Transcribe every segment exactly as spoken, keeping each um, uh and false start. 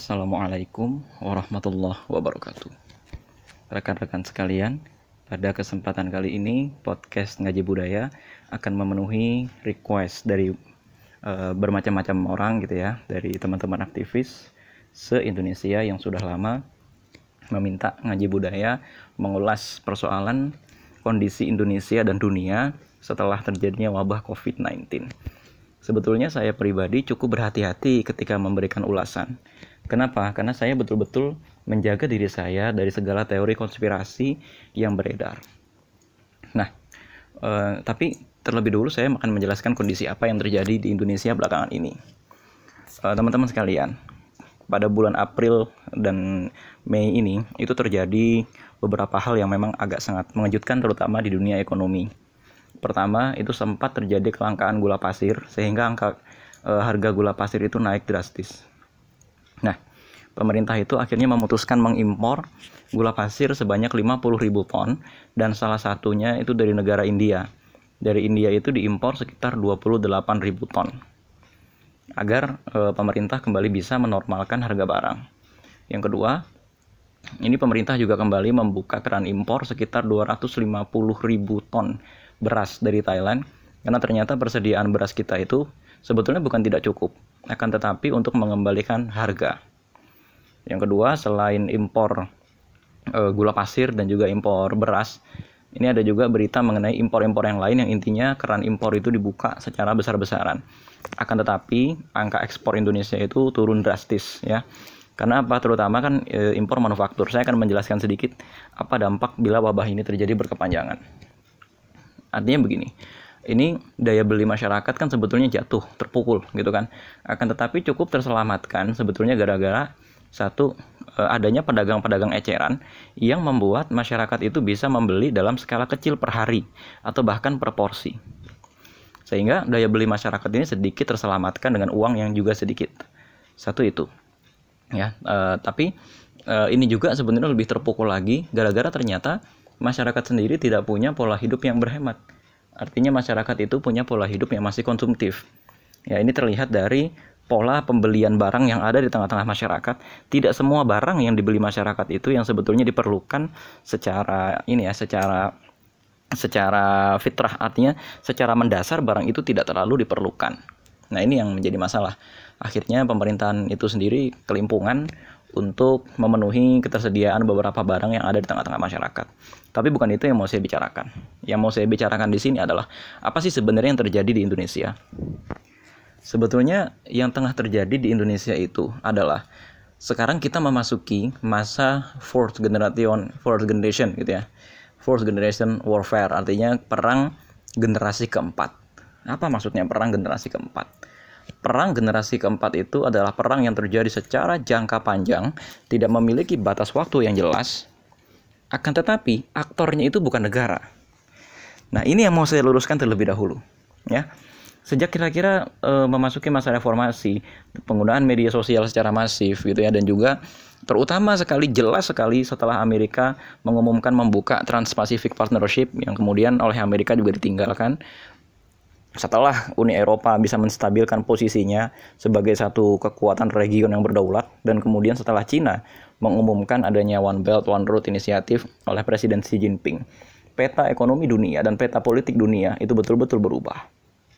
Assalamualaikum warahmatullahi wabarakatuh. Rekan-rekan sekalian, pada kesempatan kali ini podcast Ngaji Budaya akan memenuhi request dari uh, bermacam-macam orang gitu ya, dari teman-teman aktivis se-Indonesia yang sudah lama meminta Ngaji Budaya mengulas persoalan kondisi Indonesia dan dunia setelah terjadinya wabah covid sembilan belas. Sebetulnya saya pribadi cukup berhati-hati ketika memberikan ulasan. Kenapa? Karena saya betul-betul menjaga diri saya dari segala teori konspirasi yang beredar. Nah, eh, tapi terlebih dulu saya akan menjelaskan kondisi apa yang terjadi di Indonesia belakangan ini. Eh, teman-teman sekalian, pada bulan April dan Mei ini itu terjadi beberapa hal yang memang agak sangat mengejutkan, terutama di dunia ekonomi. Pertama, itu sempat terjadi kelangkaan gula pasir sehingga angka e, harga gula pasir itu naik drastis. Nah, pemerintah itu akhirnya memutuskan mengimpor gula pasir sebanyak lima puluh ribu ton dan salah satunya itu dari negara India. Dari India itu diimpor sekitar dua puluh delapan ribu ton agar e, pemerintah kembali bisa menormalkan harga barang. Yang kedua, ini pemerintah juga kembali membuka keran impor sekitar dua ratus lima puluh ribu ton beras dari Thailand, karena ternyata persediaan beras kita itu sebetulnya bukan tidak cukup, akan tetapi untuk mengembalikan harga. Yang kedua, selain impor e, gula pasir dan juga impor beras, ini ada juga berita mengenai impor-impor yang lain yang intinya keran impor itu dibuka secara besar-besaran. Akan tetapi angka ekspor Indonesia itu turun drastis ya. Karena apa? Terutama kan e, impor manufaktur. Saya akan menjelaskan sedikit apa dampak bila wabah ini terjadi berkepanjangan. Artinya begini, ini daya beli masyarakat kan sebetulnya jatuh, terpukul gitu kan. Akan tetapi cukup terselamatkan sebetulnya gara-gara satu, adanya pedagang-pedagang eceran yang membuat masyarakat itu bisa membeli dalam skala kecil per hari atau bahkan per porsi. Sehingga daya beli masyarakat ini sedikit terselamatkan dengan uang yang juga sedikit. Satu itu. Ya, uh, tapi uh, ini juga sebenarnya lebih terpukul lagi gara-gara ternyata masyarakat sendiri tidak punya pola hidup yang berhemat. Artinya masyarakat itu punya pola hidup yang masih konsumtif. Ya, ini terlihat dari pola pembelian barang yang ada di tengah-tengah masyarakat. Tidak semua barang yang dibeli masyarakat itu yang sebetulnya diperlukan secara ini ya, secara secara fitrah, artinya secara mendasar barang itu tidak terlalu diperlukan. Nah, ini yang menjadi masalah. Akhirnya pemerintahan itu sendiri kelimpungan untuk memenuhi ketersediaan beberapa barang yang ada di tengah-tengah masyarakat. Tapi bukan itu yang mau saya bicarakan. Yang mau saya bicarakan di sini adalah apa sih sebenarnya yang terjadi di Indonesia? Sebetulnya yang tengah terjadi di Indonesia itu adalah sekarang kita memasuki masa fourth generation, fourth generation gitu ya. Fourth generation warfare, artinya perang generasi keempat. Apa maksudnya perang generasi keempat? Perang generasi keempat itu adalah perang yang terjadi secara jangka panjang, tidak memiliki batas waktu yang jelas, akan tetapi aktornya itu bukan negara. Nah, ini yang mau saya luruskan terlebih dahulu, ya. Sejak kira-kira e, memasuki masa reformasi, penggunaan media sosial secara masif gitu ya, dan juga terutama sekali jelas sekali setelah Amerika mengumumkan membuka Trans-Pacific Partnership yang kemudian oleh Amerika juga ditinggalkan. Setelah Uni Eropa bisa menstabilkan posisinya sebagai satu kekuatan region yang berdaulat, dan kemudian setelah Cina mengumumkan adanya One Belt One Road inisiatif oleh Presiden Xi Jinping, peta ekonomi dunia dan peta politik dunia itu betul-betul berubah.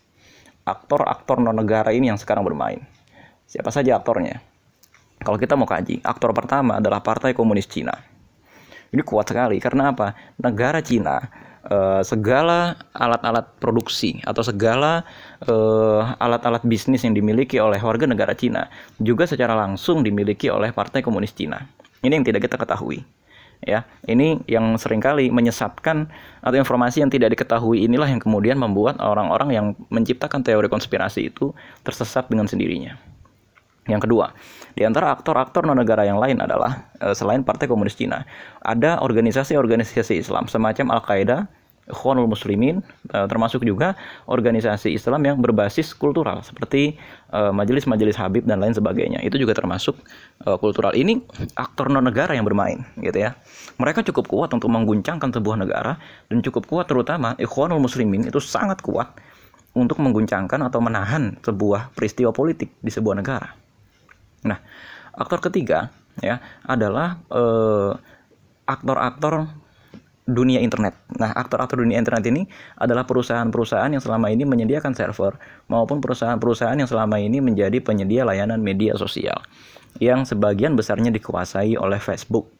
Aktor-aktor non-negara ini yang sekarang bermain. Siapa saja aktornya? Kalau kita mau kaji, aktor pertama adalah Partai Komunis Cina. Ini kuat sekali, karena apa? Negara Cina, Uh, segala alat-alat produksi atau segala uh, alat-alat bisnis yang dimiliki oleh warga negara Cina juga secara langsung dimiliki oleh Partai Komunis Cina. Ini yang tidak kita ketahui. Ya, ini yang seringkali menyesatkan atau informasi yang tidak diketahui inilah yang kemudian membuat orang-orang yang menciptakan teori konspirasi itu tersesat dengan sendirinya. Yang kedua, di antara aktor-aktor non-negara yang lain adalah e, selain Partai Komunis Cina, ada organisasi-organisasi Islam semacam Al-Qaeda, Ikhwanul Muslimin, e, termasuk juga organisasi Islam yang berbasis kultural seperti e, majelis-majelis Habib dan lain sebagainya. Itu juga termasuk e, kultural. Ini aktor non-negara yang bermain, gitu ya. Mereka cukup kuat untuk mengguncangkan sebuah negara, dan cukup kuat terutama Ikhwanul Muslimin itu sangat kuat untuk mengguncangkan atau menahan sebuah peristiwa politik di sebuah negara. Nah, Aktor ketiga ya adalah eh, aktor-aktor dunia internet. Nah, aktor-aktor dunia internet ini adalah perusahaan-perusahaan yang selama ini menyediakan server maupun perusahaan-perusahaan yang selama ini menjadi penyedia layanan media sosial yang sebagian besarnya dikuasai oleh Facebook.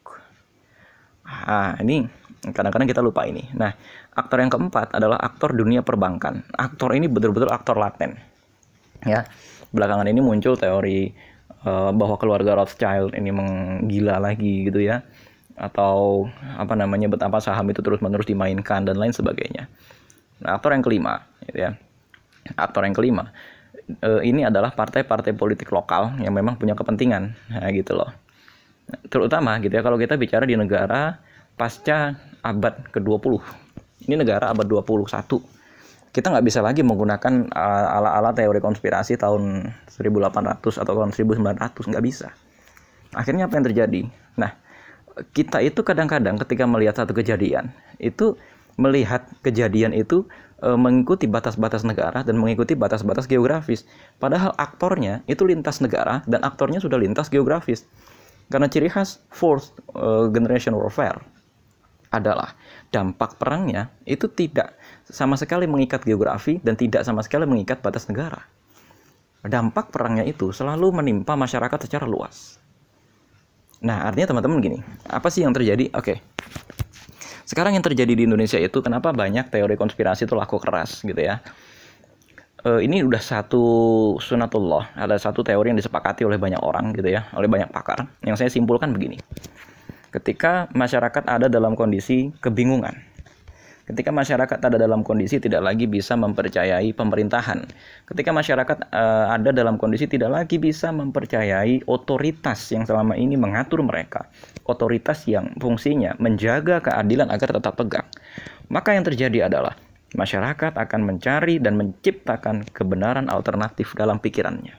Ah, ini kadang-kadang kita lupa ini. Nah, aktor yang keempat adalah aktor dunia perbankan. Aktor ini betul-betul aktor laten. Ya, belakangan ini muncul teori uh, bahwa keluarga Rothschild ini menggila lagi gitu ya, atau apa namanya betapa saham itu terus-menerus dimainkan dan lain sebagainya. Nah, aktor yang kelima, gitu ya. Aktor yang kelima uh, ini adalah partai-partai politik lokal yang memang punya kepentingan, nah, gitu loh. Terutama gitu ya kalau kita bicara di negara pasca abad ke dua puluh. Ini negara abad dua puluh satu. Kita nggak bisa lagi menggunakan ala-ala teori konspirasi tahun seribu delapan ratus atau tahun seribu sembilan ratus, nggak bisa. Akhirnya apa yang terjadi? Nah, kita itu kadang-kadang ketika melihat satu kejadian, itu melihat kejadian itu e, mengikuti batas-batas negara dan mengikuti batas-batas geografis. Padahal aktornya itu lintas negara dan aktornya sudah lintas geografis. Karena ciri khas fourth uh, generation warfare adalah dampak perangnya itu tidak sama sekali mengikat geografi dan tidak sama sekali mengikat batas negara. Dampak perangnya itu selalu menimpa masyarakat secara luas. Nah, artinya teman-teman gini, apa sih yang terjadi? Oke. Sekarang yang terjadi di Indonesia itu kenapa banyak teori konspirasi itu laku keras gitu ya. Uh, ini udah satu sunatullah, ada satu teori yang disepakati oleh banyak orang gitu ya, oleh banyak pakar. Yang saya simpulkan begini. Ketika masyarakat ada dalam kondisi kebingungan, ketika masyarakat ada dalam kondisi tidak lagi bisa mempercayai pemerintahan, ketika masyarakat uh, ada dalam kondisi tidak lagi bisa mempercayai otoritas yang selama ini mengatur mereka, otoritas yang fungsinya menjaga keadilan agar tetap tegak, maka yang terjadi adalah masyarakat akan mencari dan menciptakan kebenaran alternatif dalam pikirannya.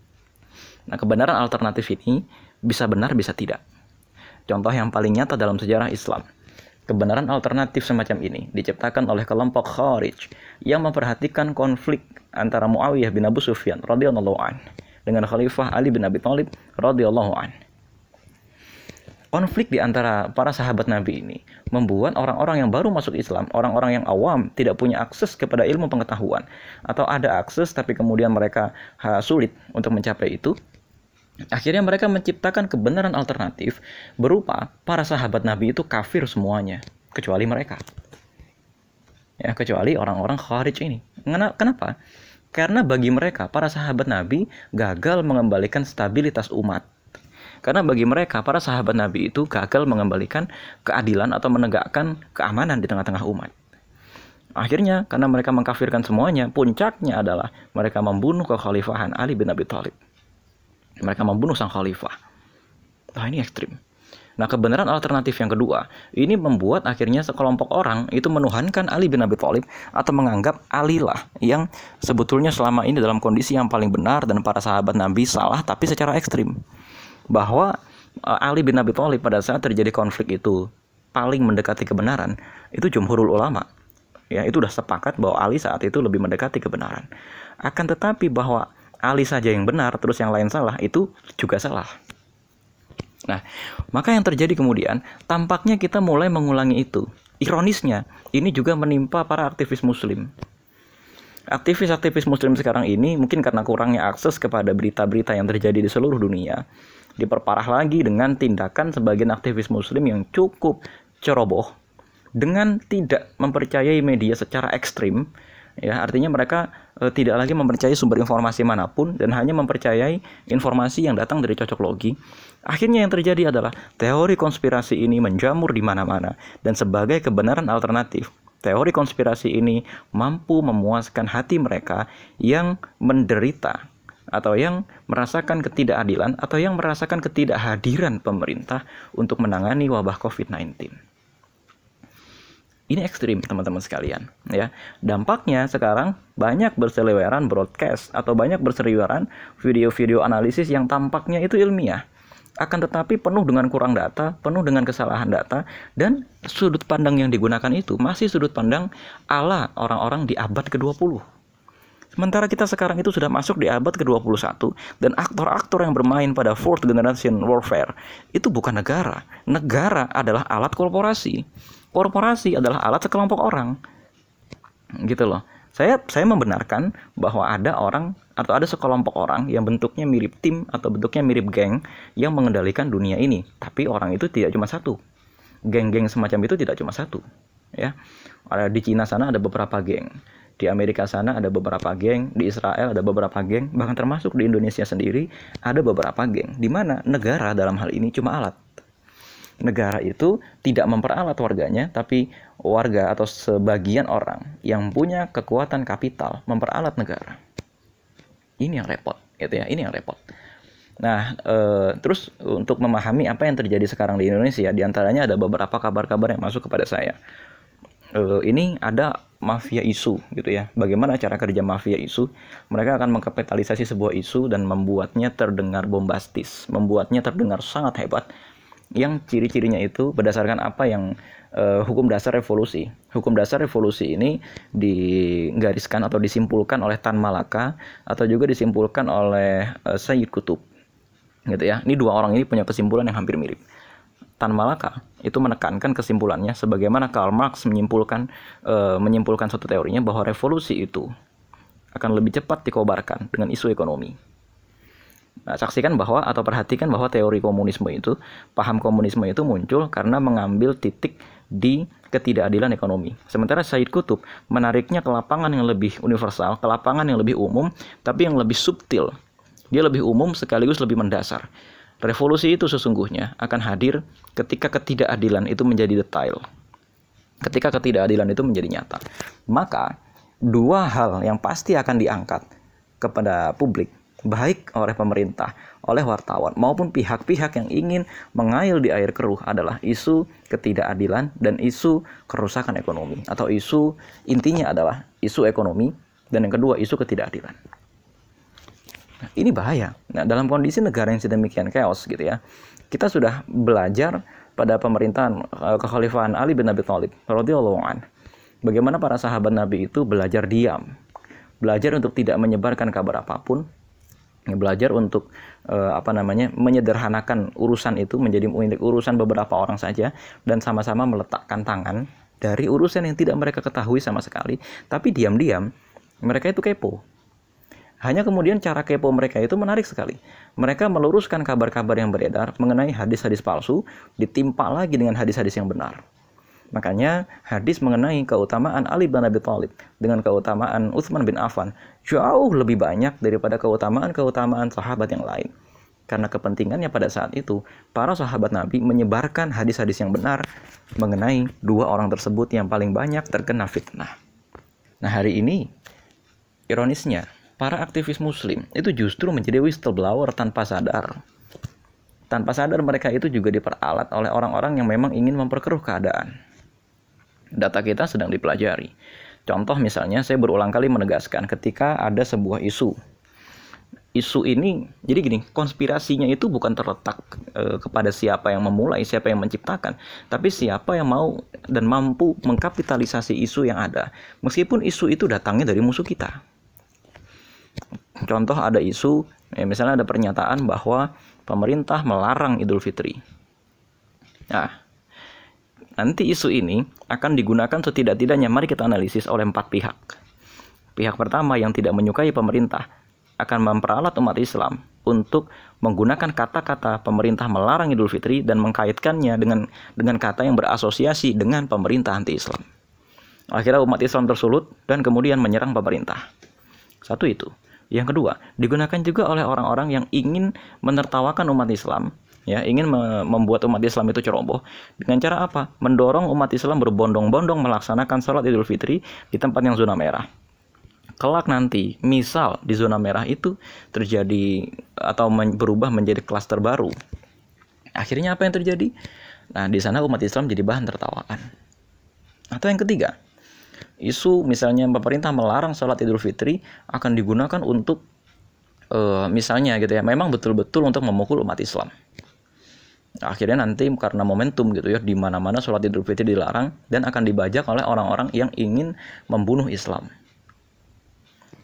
Nah, kebenaran alternatif ini bisa benar, bisa tidak. Contoh yang paling nyata dalam sejarah Islam. Kebenaran alternatif semacam ini diciptakan oleh kelompok Khawarij yang memperhatikan konflik antara Muawiyah bin Abu Sufyan radhiyallahu anhu dengan Khalifah Ali bin Abi Thalib radhiyallahu anhu. Konflik di antara para sahabat Nabi ini membuat orang-orang yang baru masuk Islam, orang-orang yang awam, tidak punya akses kepada ilmu pengetahuan, atau ada akses tapi kemudian mereka ha, sulit untuk mencapai itu. Akhirnya mereka menciptakan kebenaran alternatif berupa para sahabat Nabi itu kafir semuanya, kecuali mereka. Ya, kecuali orang-orang Khawarij ini. Kenapa? Karena bagi mereka, para sahabat Nabi gagal mengembalikan stabilitas umat. Karena bagi mereka, para sahabat Nabi itu gagal mengembalikan keadilan atau menegakkan keamanan di tengah-tengah umat. Akhirnya, karena mereka mengkafirkan semuanya, puncaknya adalah mereka membunuh kekhalifahan Ali bin Abi Thalib. Mereka membunuh sang khalifah. Nah, ini ekstrim. Nah, kebenaran alternatif yang kedua, ini membuat akhirnya sekelompok orang itu menuhankan Ali bin Abi Thalib atau menganggap Ali lah yang sebetulnya selama ini dalam kondisi yang paling benar dan para sahabat Nabi salah tapi secara ekstrim. Bahwa Ali bin Abi Thalib pada saat terjadi konflik itu paling mendekati kebenaran, itu jumhurul ulama. Ya, itu sudah sepakat bahwa Ali saat itu lebih mendekati kebenaran. Akan tetapi bahwa Ali saja yang benar, terus yang lain salah, itu juga salah. Nah, maka yang terjadi kemudian, tampaknya kita mulai mengulangi itu. Ironisnya, ini juga menimpa para aktivis muslim. Aktivis-aktivis muslim sekarang ini, mungkin karena kurangnya akses kepada berita-berita yang terjadi di seluruh dunia, diperparah lagi dengan tindakan sebagian aktivis muslim yang cukup ceroboh dengan tidak mempercayai media secara ekstrim. Ya, artinya mereka e, tidak lagi mempercayai sumber informasi manapun dan hanya mempercayai informasi yang datang dari cocok logi. Akhirnya yang terjadi adalah teori konspirasi ini menjamur di mana-mana dan sebagai kebenaran alternatif. Teori konspirasi ini mampu memuaskan hati mereka yang menderita atau yang merasakan ketidakadilan atau yang merasakan ketidakhadiran pemerintah untuk menangani wabah covid sembilan belas. Ini ekstrim, teman-teman sekalian, ya. Dampaknya sekarang banyak berseliweran broadcast atau banyak berseliweran video-video analisis yang tampaknya itu ilmiah, akan tetapi penuh dengan kurang data, penuh dengan kesalahan data, dan sudut pandang yang digunakan itu masih sudut pandang ala orang-orang di abad ke dua puluh. Sementara kita sekarang itu sudah masuk di abad ke dua puluh satu dan aktor-aktor yang bermain pada fourth generation warfare itu bukan negara. Negara adalah alat korporasi. Korporasi adalah alat sekelompok orang. Gitu loh. Saya saya membenarkan bahwa ada orang atau ada sekelompok orang yang bentuknya mirip tim atau bentuknya mirip geng yang mengendalikan dunia ini. Tapi orang itu tidak cuma satu. Geng-geng semacam itu tidak cuma satu, ya. Ada di Cina sana ada beberapa geng. Di Amerika sana ada beberapa geng, di Israel ada beberapa geng, bahkan termasuk di Indonesia sendiri ada beberapa geng. Di mana negara dalam hal ini cuma alat. Negara itu tidak memperalat warganya, tapi warga atau sebagian orang yang punya kekuatan kapital memperalat negara. Ini yang repot, gitu ya. Ini yang repot. Nah, e, terus untuk memahami apa yang terjadi sekarang di Indonesia, diantaranya ada beberapa kabar-kabar yang masuk kepada saya. E, ini ada mafia isu, gitu ya. Bagaimana cara kerja mafia isu? Mereka akan mengkapitalisasi sebuah isu dan membuatnya terdengar bombastis, membuatnya terdengar sangat hebat. Yang ciri-cirinya itu berdasarkan apa yang uh, hukum dasar revolusi. Hukum dasar revolusi ini digariskan atau disimpulkan oleh Tan Malaka atau juga disimpulkan oleh uh, Sayyid Qutb. Gitu ya. Ini dua orang ini punya kesimpulan yang hampir mirip. Tan Malaka itu menekankan kesimpulannya sebagaimana Karl Marx menyimpulkan uh, menyimpulkan suatu teorinya bahwa revolusi itu akan lebih cepat dikobarkan dengan isu ekonomi. Nah, saksikan bahwa atau perhatikan bahwa teori komunisme itu, paham komunisme itu muncul karena mengambil titik di ketidakadilan ekonomi. Sementara Sayyid Qutb menariknya ke lapangan yang lebih universal, ke lapangan yang lebih umum, tapi yang lebih subtil. Dia lebih umum sekaligus lebih mendasar. Revolusi itu sesungguhnya akan hadir ketika ketidakadilan itu menjadi detail. Ketika ketidakadilan itu menjadi nyata. Maka, dua hal yang pasti akan diangkat kepada publik, baik oleh pemerintah, oleh wartawan, maupun pihak-pihak yang ingin mengail di air keruh adalah isu ketidakadilan dan isu kerusakan ekonomi. Atau isu, intinya adalah isu ekonomi, dan yang kedua isu ketidakadilan. Nah, ini bahaya. Nah, dalam kondisi negara yang sedemikian chaos gitu ya, kita sudah belajar pada pemerintahan kekhalifahan Ali bin Abi Thalib radhiyallahu anhu, bagaimana para sahabat Nabi itu belajar diam, belajar untuk tidak menyebarkan kabar apapun, belajar untuk uh, apa namanya menyederhanakan urusan itu menjadi urusan beberapa orang saja dan sama-sama meletakkan tangan dari urusan yang tidak mereka ketahui sama sekali, tapi diam-diam mereka itu kepo. Hanya kemudian cara kepo mereka itu menarik sekali. Mereka meluruskan kabar-kabar yang beredar mengenai hadis-hadis palsu ditimpa lagi dengan hadis-hadis yang benar. Makanya hadis mengenai keutamaan Ali bin Abi Thalib dengan keutamaan Utsman bin Affan jauh lebih banyak daripada keutamaan-keutamaan sahabat yang lain. Karena kepentingannya pada saat itu, para sahabat Nabi menyebarkan hadis-hadis yang benar mengenai dua orang tersebut yang paling banyak terkena fitnah. Nah, hari ini, ironisnya, para aktivis muslim itu justru menjadi whistleblower tanpa sadar. Tanpa sadar mereka itu juga diperalat oleh orang-orang yang memang ingin memperkeruh keadaan. Data kita sedang dipelajari. Contoh misalnya, saya berulang kali menegaskan ketika ada sebuah isu. Isu ini, jadi gini, konspirasinya itu bukan terletak e, kepada siapa yang memulai, siapa yang menciptakan, tapi siapa yang mau dan mampu mengkapitalisasi isu yang ada. Meskipun isu itu datangnya dari musuh kita. Contoh ada isu, ya misalnya ada pernyataan bahwa pemerintah melarang Idul Fitri. Nah, nanti isu ini akan digunakan setidak-tidaknya, mari kita analisis, oleh empat pihak. Pihak pertama yang tidak menyukai pemerintah akan memperalat umat Islam untuk menggunakan kata-kata pemerintah melarang Idul Fitri dan mengkaitkannya dengan dengan kata yang berasosiasi dengan pemerintah anti-Islam. Akhirnya umat Islam tersulut dan kemudian menyerang pemerintah. Satu itu. Yang kedua, digunakan juga oleh orang-orang yang ingin menertawakan umat Islam, ya, ingin me- membuat umat Islam itu ceroboh. Dengan cara apa? Mendorong umat Islam berbondong-bondong melaksanakan sholat Idul Fitri di tempat yang zona merah. Kelak nanti, misal di zona merah itu terjadi atau men- berubah menjadi klaster baru. Akhirnya apa yang terjadi? Nah, di sana umat Islam jadi bahan tertawakan. Atau yang ketiga, isu misalnya pemerintah melarang sholat Idul Fitri akan digunakan untuk uh, misalnya gitu ya, memang betul-betul untuk memukul umat Islam. Akhirnya nanti karena momentum gitu ya, di mana-mana sholat Idul Fitri dilarang dan akan dibajak oleh orang-orang yang ingin membunuh Islam.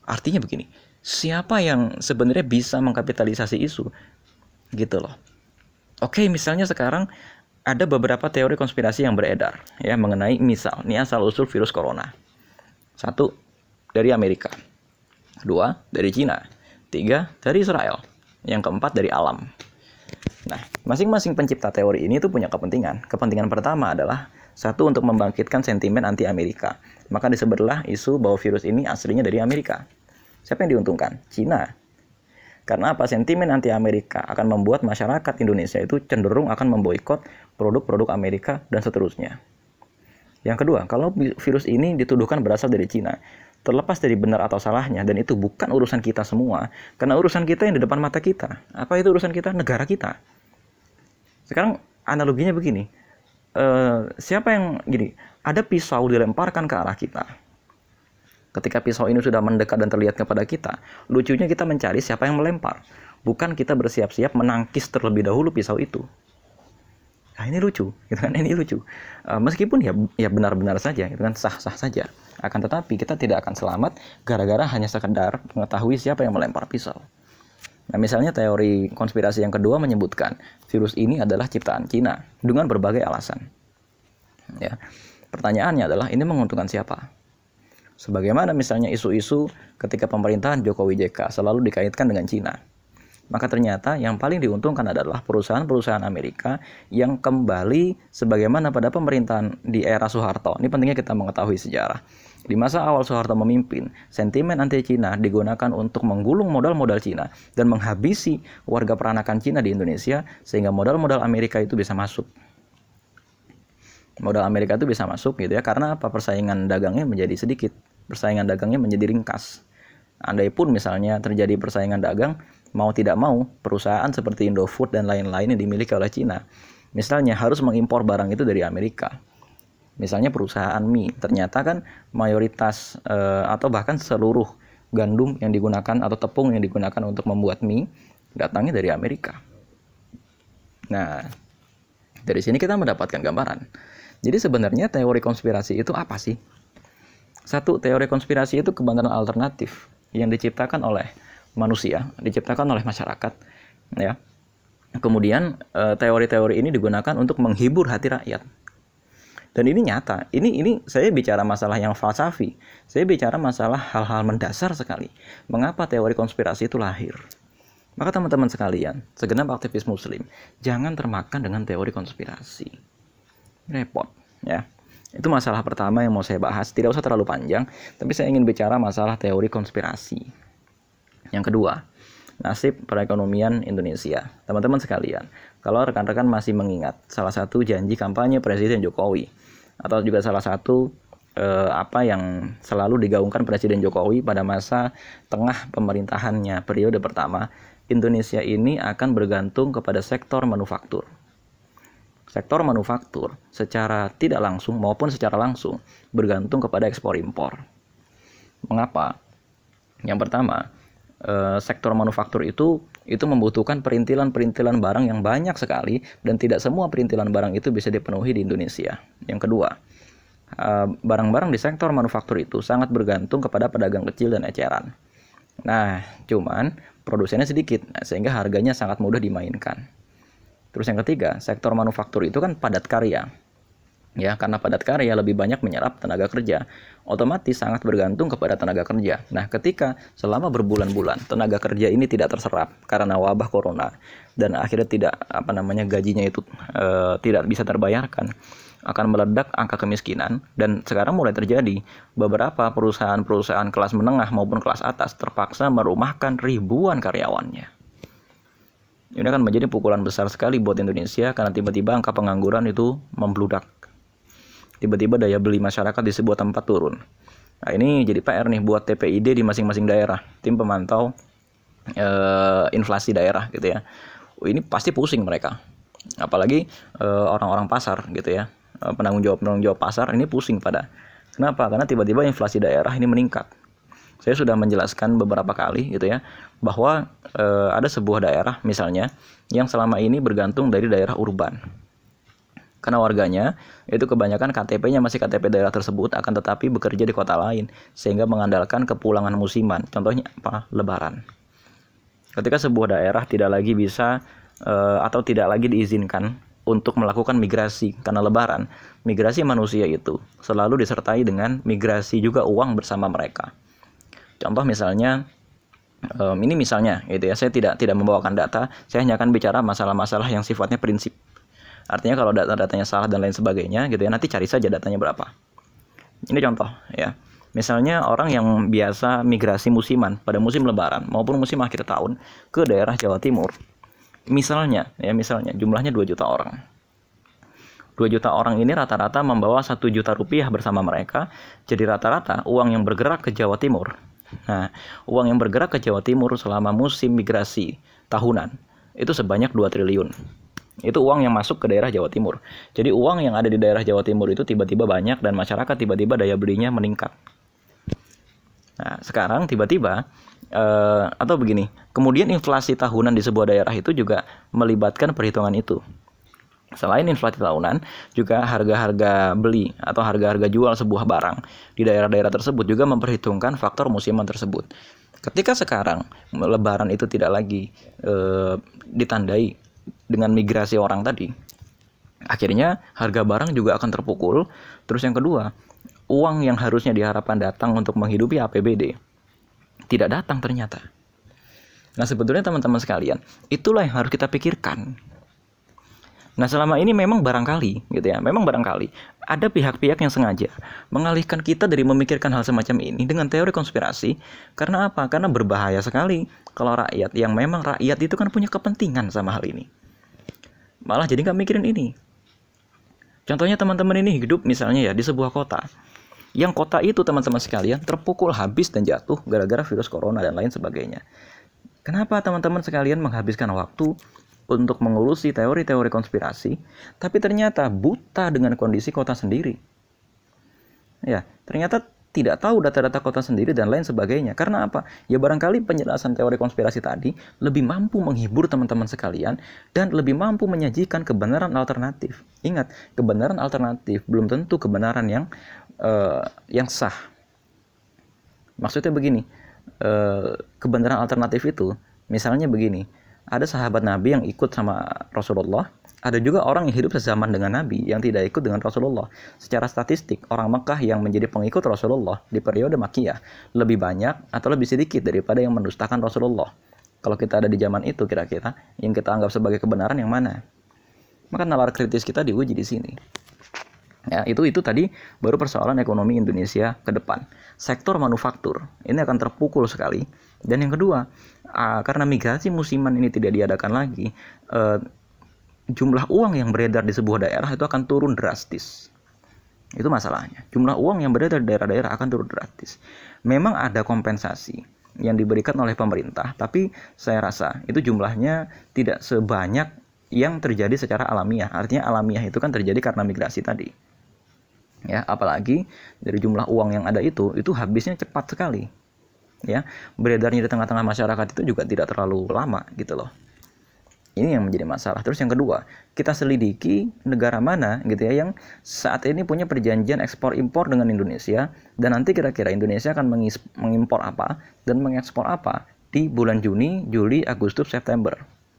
Artinya begini, siapa yang sebenarnya bisa mengkapitalisasi isu gitu loh. Oke, misalnya sekarang ada beberapa teori konspirasi yang beredar ya mengenai misal ini asal usul virus corona. Satu, dari Amerika. Dua, dari Cina. Tiga, dari Israel. Yang keempat, dari alam. Nah, masing-masing pencipta teori ini tuh punya kepentingan. Kepentingan pertama adalah satu, untuk membangkitkan sentimen anti Amerika. Maka disebutlah isu bahwa virus ini aslinya dari Amerika. Siapa yang diuntungkan? Cina. Karena apa? Sentimen anti Amerika akan membuat masyarakat Indonesia itu cenderung akan memboikot produk-produk Amerika dan seterusnya. Yang kedua, kalau virus ini dituduhkan berasal dari Cina, terlepas dari benar atau salahnya, dan itu bukan urusan kita semua, karena urusan kita yang di depan mata kita. Apa itu urusan kita? Negara kita. Sekarang analoginya begini, uh, siapa yang gini, ada pisau dilemparkan ke arah kita. Ketika pisau ini sudah mendekat dan terlihat kepada kita, lucunya kita mencari siapa yang melempar, bukan kita bersiap-siap menangkis terlebih dahulu pisau itu. Nah, ini lucu, gitu kan? Ini lucu. Uh, meskipun ya ya benar-benar saja, itu kan sah-sah saja. Akan tetapi kita tidak akan selamat gara-gara hanya sekedar mengetahui siapa yang melempar pisau. Nah, misalnya teori konspirasi yang kedua menyebutkan virus ini adalah ciptaan Cina dengan berbagai alasan. Ya. Pertanyaannya adalah ini menguntungkan siapa? Sebagaimana misalnya isu-isu ketika pemerintahan Jokowi J K selalu dikaitkan dengan Cina. Maka ternyata yang paling diuntungkan adalah perusahaan-perusahaan Amerika yang kembali sebagaimana pada pemerintahan di era Soeharto. Ini pentingnya kita mengetahui sejarah. Di masa awal Soeharto memimpin, sentimen anti-Cina digunakan untuk menggulung modal-modal Cina dan menghabisi warga peranakan Cina di Indonesia sehingga modal-modal Amerika itu bisa masuk. Modal Amerika itu bisa masuk gitu ya, karena apa? Persaingan dagangnya menjadi sedikit, persaingan dagangnya menjadi ringkas. Andai pun misalnya terjadi persaingan dagang, mau tidak mau perusahaan seperti Indofood dan lain-lain yang dimiliki oleh Cina, misalnya harus mengimpor barang itu dari Amerika. Misalnya perusahaan mie, ternyata kan mayoritas e, atau bahkan seluruh gandum yang digunakan atau tepung yang digunakan untuk membuat mie datangnya dari Amerika. Nah, dari sini kita mendapatkan gambaran. Jadi sebenarnya teori konspirasi itu apa sih? Satu, teori konspirasi itu kebenaran alternatif yang diciptakan oleh manusia, diciptakan oleh masyarakat, ya. Kemudian teori-teori ini digunakan untuk menghibur hati rakyat. Dan ini nyata. Ini ini saya bicara masalah yang falsafi. Saya bicara masalah hal-hal mendasar sekali. Mengapa teori konspirasi itu lahir? Maka teman-teman sekalian, segenap aktivis muslim, jangan termakan dengan teori konspirasi. Repot, ya. Itu masalah pertama yang mau saya bahas. Tidak usah terlalu panjang, tapi saya ingin bicara masalah teori konspirasi. Yang kedua, nasib perekonomian Indonesia. Teman-teman sekalian, kalau rekan-rekan masih mengingat salah satu janji kampanye Presiden Jokowi, atau juga salah satu eh, apa yang selalu digaungkan Presiden Jokowi pada masa tengah pemerintahannya periode pertama, Indonesia ini akan bergantung kepada sektor manufaktur. Sektor manufaktur secara tidak langsung maupun secara langsung bergantung kepada ekspor impor. Mengapa? Yang pertama, eh, sektor manufaktur itu itu membutuhkan perintilan-perintilan barang yang banyak sekali dan tidak semua perintilan barang itu bisa dipenuhi di Indonesia. Yang kedua, eh, barang-barang di sektor manufaktur itu sangat bergantung kepada pedagang kecil dan eceran. Nah, cuman produsennya sedikit, sehingga harganya sangat mudah dimainkan. Terus yang ketiga, sektor manufaktur itu kan padat karya. Ya, karena padat karya lebih banyak menyerap tenaga kerja, otomatis sangat bergantung kepada tenaga kerja. Nah, ketika selama berbulan-bulan tenaga kerja ini tidak terserap karena wabah corona dan akhirnya tidak apa namanya gajinya itu e, tidak bisa terbayarkan, akan meledak angka kemiskinan dan sekarang mulai terjadi beberapa perusahaan-perusahaan kelas menengah maupun kelas atas terpaksa merumahkan ribuan karyawannya. Ini akan menjadi pukulan besar sekali buat Indonesia karena tiba-tiba angka pengangguran itu membludak. Tiba-tiba daya beli masyarakat di sebuah tempat turun. Nah, ini jadi P R nih buat T P I D di masing-masing daerah, tim pemantau e, inflasi daerah gitu ya. Oh, ini pasti pusing mereka. Apalagi e, orang-orang pasar gitu ya. E, penanggung jawab penanggung jawab pasar ini pusing pada. Kenapa? Karena tiba-tiba inflasi daerah ini meningkat. Saya sudah menjelaskan beberapa kali gitu ya, bahwa e, ada sebuah daerah misalnya yang selama ini bergantung dari daerah urban. Karena warganya itu kebanyakan K T P-nya masih K T P daerah tersebut, akan tetapi bekerja di kota lain, sehingga mengandalkan kepulangan musiman. Contohnya apa? Lebaran. Ketika sebuah daerah tidak lagi bisa e, atau tidak lagi diizinkan untuk melakukan migrasi karena lebaran, migrasi manusia itu selalu disertai dengan migrasi juga uang bersama mereka. Contoh misalnya, e, ini misalnya, gitu ya, saya tidak tidak membawakan data, saya hanya akan bicara masalah-masalah yang sifatnya prinsip. Artinya kalau data-datanya salah dan lain sebagainya gitu ya, nanti cari saja datanya berapa. Ini contoh ya. Misalnya orang yang biasa migrasi musiman pada musim lebaran maupun musim akhir tahun ke daerah Jawa Timur. Misalnya ya, misalnya jumlahnya dua juta orang. dua juta orang ini rata-rata membawa satu juta rupiah bersama mereka. Jadi rata-rata uang yang bergerak ke Jawa Timur. Nah, uang yang bergerak ke Jawa Timur selama musim migrasi tahunan itu sebanyak dua triliun. Itu uang yang masuk ke daerah Jawa Timur. Jadi uang yang ada di daerah Jawa Timur itu tiba-tiba banyak dan masyarakat tiba-tiba daya belinya meningkat. Nah, sekarang tiba-tiba eh, atau begini, kemudian inflasi tahunan di sebuah daerah itu juga melibatkan perhitungan itu. Selain inflasi tahunan, juga harga-harga beli atau harga-harga jual sebuah barang di daerah-daerah tersebut juga memperhitungkan faktor musiman tersebut. Ketika sekarang lebaran itu tidak lagi eh, ditandai dengan migrasi orang tadi, akhirnya harga barang juga akan terpukul. Terus yang kedua, uang yang harusnya diharapkan datang untuk menghidupi A P B D tidak datang ternyata. Nah, sebetulnya teman-teman sekalian, itulah yang harus kita pikirkan. Nah, selama ini memang barangkali gitu ya, memang barangkali ada pihak-pihak yang sengaja mengalihkan kita dari memikirkan hal semacam ini dengan teori konspirasi. Karena apa? Karena berbahaya sekali kalau rakyat yang memang rakyat itu kan punya kepentingan sama hal ini, malah jadi nggak mikirin ini. Contohnya teman-teman ini hidup misalnya ya di sebuah kota, yang kota itu teman-teman sekalian terpukul habis dan jatuh gara-gara virus corona dan lain sebagainya. Kenapa teman-teman sekalian menghabiskan waktu untuk mengurusi teori-teori konspirasi, tapi ternyata buta dengan kondisi kota sendiri? Ya, ternyata tidak tahu data-data kota sendiri dan lain sebagainya. Karena apa? Ya barangkali penjelasan teori konspirasi tadi lebih mampu menghibur teman-teman sekalian dan lebih mampu menyajikan kebenaran alternatif. Ingat, kebenaran alternatif belum tentu kebenaran yang uh, yang sah. Maksudnya begini, uh, kebenaran alternatif itu misalnya begini, ada sahabat Nabi yang ikut sama Rasulullah, ada juga orang yang hidup sezaman dengan Nabi yang tidak ikut dengan Rasulullah. Secara statistik, orang Mekah yang menjadi pengikut Rasulullah di periode Makkiyah lebih banyak atau lebih sedikit daripada yang mendustakan Rasulullah. Kalau kita ada di zaman itu, kira-kira yang kita anggap sebagai kebenaran yang mana? Maka nalar kritis kita diuji di sini. Ya, itu itu tadi baru persoalan ekonomi Indonesia ke depan. Sektor manufaktur ini akan terpukul sekali. Dan yang kedua, uh, karena migrasi musiman ini tidak diadakan lagi, uh, jumlah uang yang beredar di sebuah daerah itu akan turun drastis. Itu masalahnya. Jumlah uang yang beredar di daerah-daerah akan turun drastis. Memang ada kompensasi yang diberikan oleh pemerintah, tapi saya rasa itu jumlahnya tidak sebanyak yang terjadi secara alamiah. Artinya alamiah itu kan terjadi karena migrasi tadi. Ya, apalagi dari jumlah uang yang ada itu, itu habisnya cepat sekali. Ya, beredarnya di tengah-tengah masyarakat itu juga tidak terlalu lama gitu loh. Ini yang menjadi masalah. Terus yang kedua, kita selidiki negara mana gitu ya yang saat ini punya perjanjian ekspor impor dengan Indonesia, dan nanti kira-kira Indonesia akan mengimpor apa dan mengekspor apa di bulan Juni, Juli, Agustus, September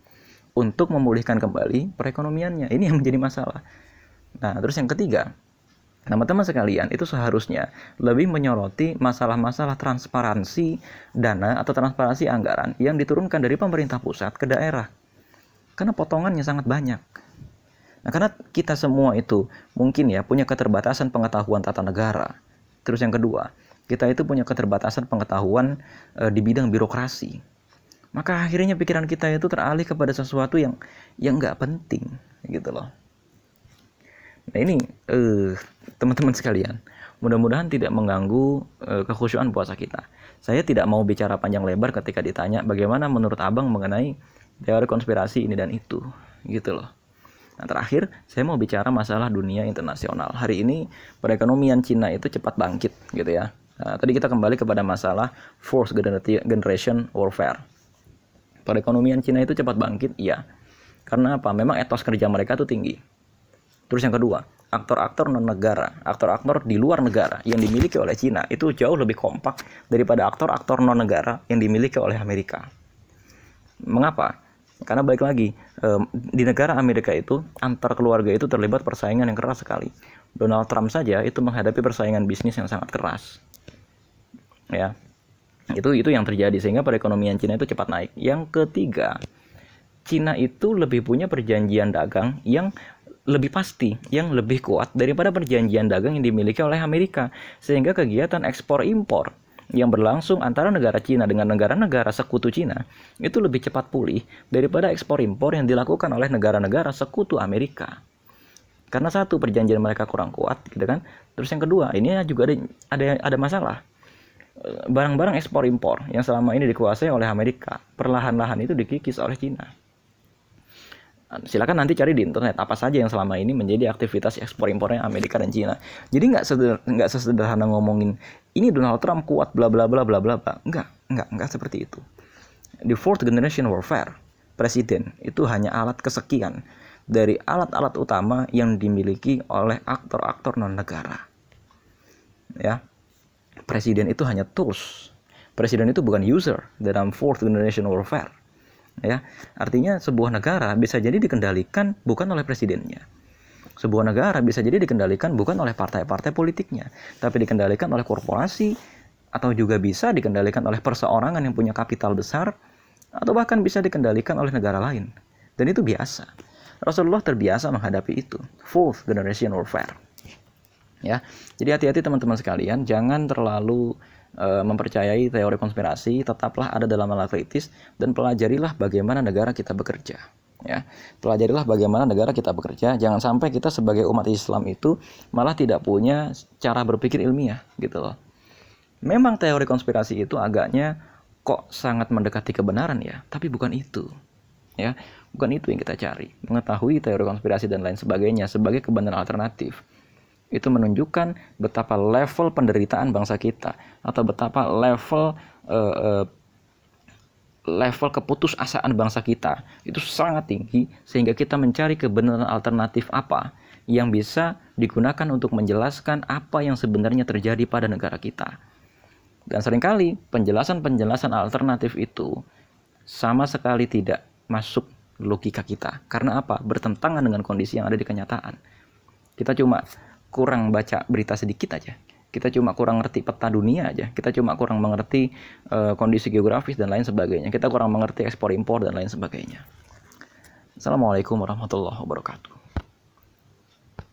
untuk memulihkan kembali perekonomiannya. Ini yang menjadi masalah. Nah, terus yang ketiga, teman-teman sekalian, itu seharusnya lebih menyoroti masalah-masalah transparansi dana atau transparansi anggaran yang diturunkan dari pemerintah pusat ke daerah. Karena potongannya sangat banyak. Nah, karena kita semua itu mungkin ya punya keterbatasan pengetahuan tata negara. Terus yang kedua, kita itu punya keterbatasan pengetahuan e, di bidang birokrasi. Maka akhirnya pikiran kita itu teralih kepada sesuatu yang yang nggak penting, gitu loh. Nah ini eh, teman-teman sekalian, mudah-mudahan tidak mengganggu eh, kekhusyuan puasa kita. Saya tidak mau bicara panjang lebar ketika ditanya bagaimana menurut abang mengenai teori konspirasi ini dan itu, gitu loh. Nah terakhir, saya mau bicara masalah dunia internasional. Hari ini perekonomian Cina itu cepat bangkit, gitu ya. Nah, tadi kita kembali kepada masalah fourth generation warfare. Perekonomian Cina itu cepat bangkit, iya. Karena apa? Memang etos kerja mereka itu tinggi. Terus yang kedua, aktor-aktor non negara, aktor-aktor di luar negara yang dimiliki oleh Cina itu jauh lebih kompak daripada aktor-aktor non negara yang dimiliki oleh Amerika. Mengapa? Karena balik lagi, di negara Amerika itu antar keluarga itu terlibat persaingan yang keras sekali. Donald Trump saja itu menghadapi persaingan bisnis yang sangat keras. Ya. Itu itu yang terjadi sehingga perekonomian Cina itu cepat naik. Yang ketiga, Cina itu lebih punya perjanjian dagang yang lebih pasti, yang lebih kuat daripada perjanjian dagang yang dimiliki oleh Amerika. Sehingga kegiatan ekspor impor yang berlangsung antara negara Cina dengan negara-negara sekutu Cina itu lebih cepat pulih daripada ekspor impor yang dilakukan oleh negara-negara sekutu Amerika. Karena satu, perjanjian mereka kurang kuat, gitu kan. Terus yang kedua, ini juga ada ada, ada masalah. Barang-barang ekspor impor yang selama ini dikuasai oleh Amerika perlahan-lahan itu dikikis oleh Cina. Silakan nanti cari di internet apa saja yang selama ini menjadi aktivitas ekspor impornya Amerika dan Cina. Jadi nggak seder, nggak sesederhana ngomongin ini Donald Trump kuat bla bla bla bla bla bla. Nggak, nggak, nggak seperti itu. Di fourth generation warfare, presiden itu hanya alat kesekian dari alat-alat utama yang dimiliki oleh aktor-aktor non negara. Ya, presiden itu hanya tools. Presiden itu bukan user dalam fourth generation warfare. Ya, artinya sebuah negara bisa jadi dikendalikan bukan oleh presidennya. Sebuah negara bisa jadi dikendalikan bukan oleh partai-partai politiknya, tapi dikendalikan oleh korporasi, atau juga bisa dikendalikan oleh perseorangan yang punya kapital besar, atau bahkan bisa dikendalikan oleh negara lain. Dan itu biasa. Rasulullah terbiasa menghadapi itu, fourth generation warfare. Ya, jadi hati-hati teman-teman sekalian, jangan terlalu mempercayai teori konspirasi, tetaplah ada dalam nalar kritis dan pelajarilah bagaimana negara kita bekerja. Ya, pelajarilah bagaimana negara kita bekerja. Jangan sampai kita sebagai umat Islam itu malah tidak punya cara berpikir ilmiah, gitu loh. Memang teori konspirasi itu agaknya kok sangat mendekati kebenaran ya, tapi bukan itu. Ya, bukan itu yang kita cari. Mengetahui teori konspirasi dan lain sebagainya sebagai kebenaran alternatif, itu menunjukkan betapa level penderitaan bangsa kita atau betapa level uh, uh, level keputusasaan bangsa kita itu sangat tinggi sehingga kita mencari kebenaran alternatif apa yang bisa digunakan untuk menjelaskan apa yang sebenarnya terjadi pada negara kita. Dan seringkali penjelasan-penjelasan alternatif itu sama sekali tidak masuk logika kita. Karena apa? Bertentangan dengan kondisi yang ada di kenyataan. Kita cuma kurang baca berita sedikit aja. Kita cuma kurang ngerti peta dunia aja. Kita cuma kurang mengerti uh, kondisi geografis dan lain sebagainya. Kita kurang mengerti ekspor impor dan lain sebagainya. Assalamualaikum warahmatullahi wabarakatuh.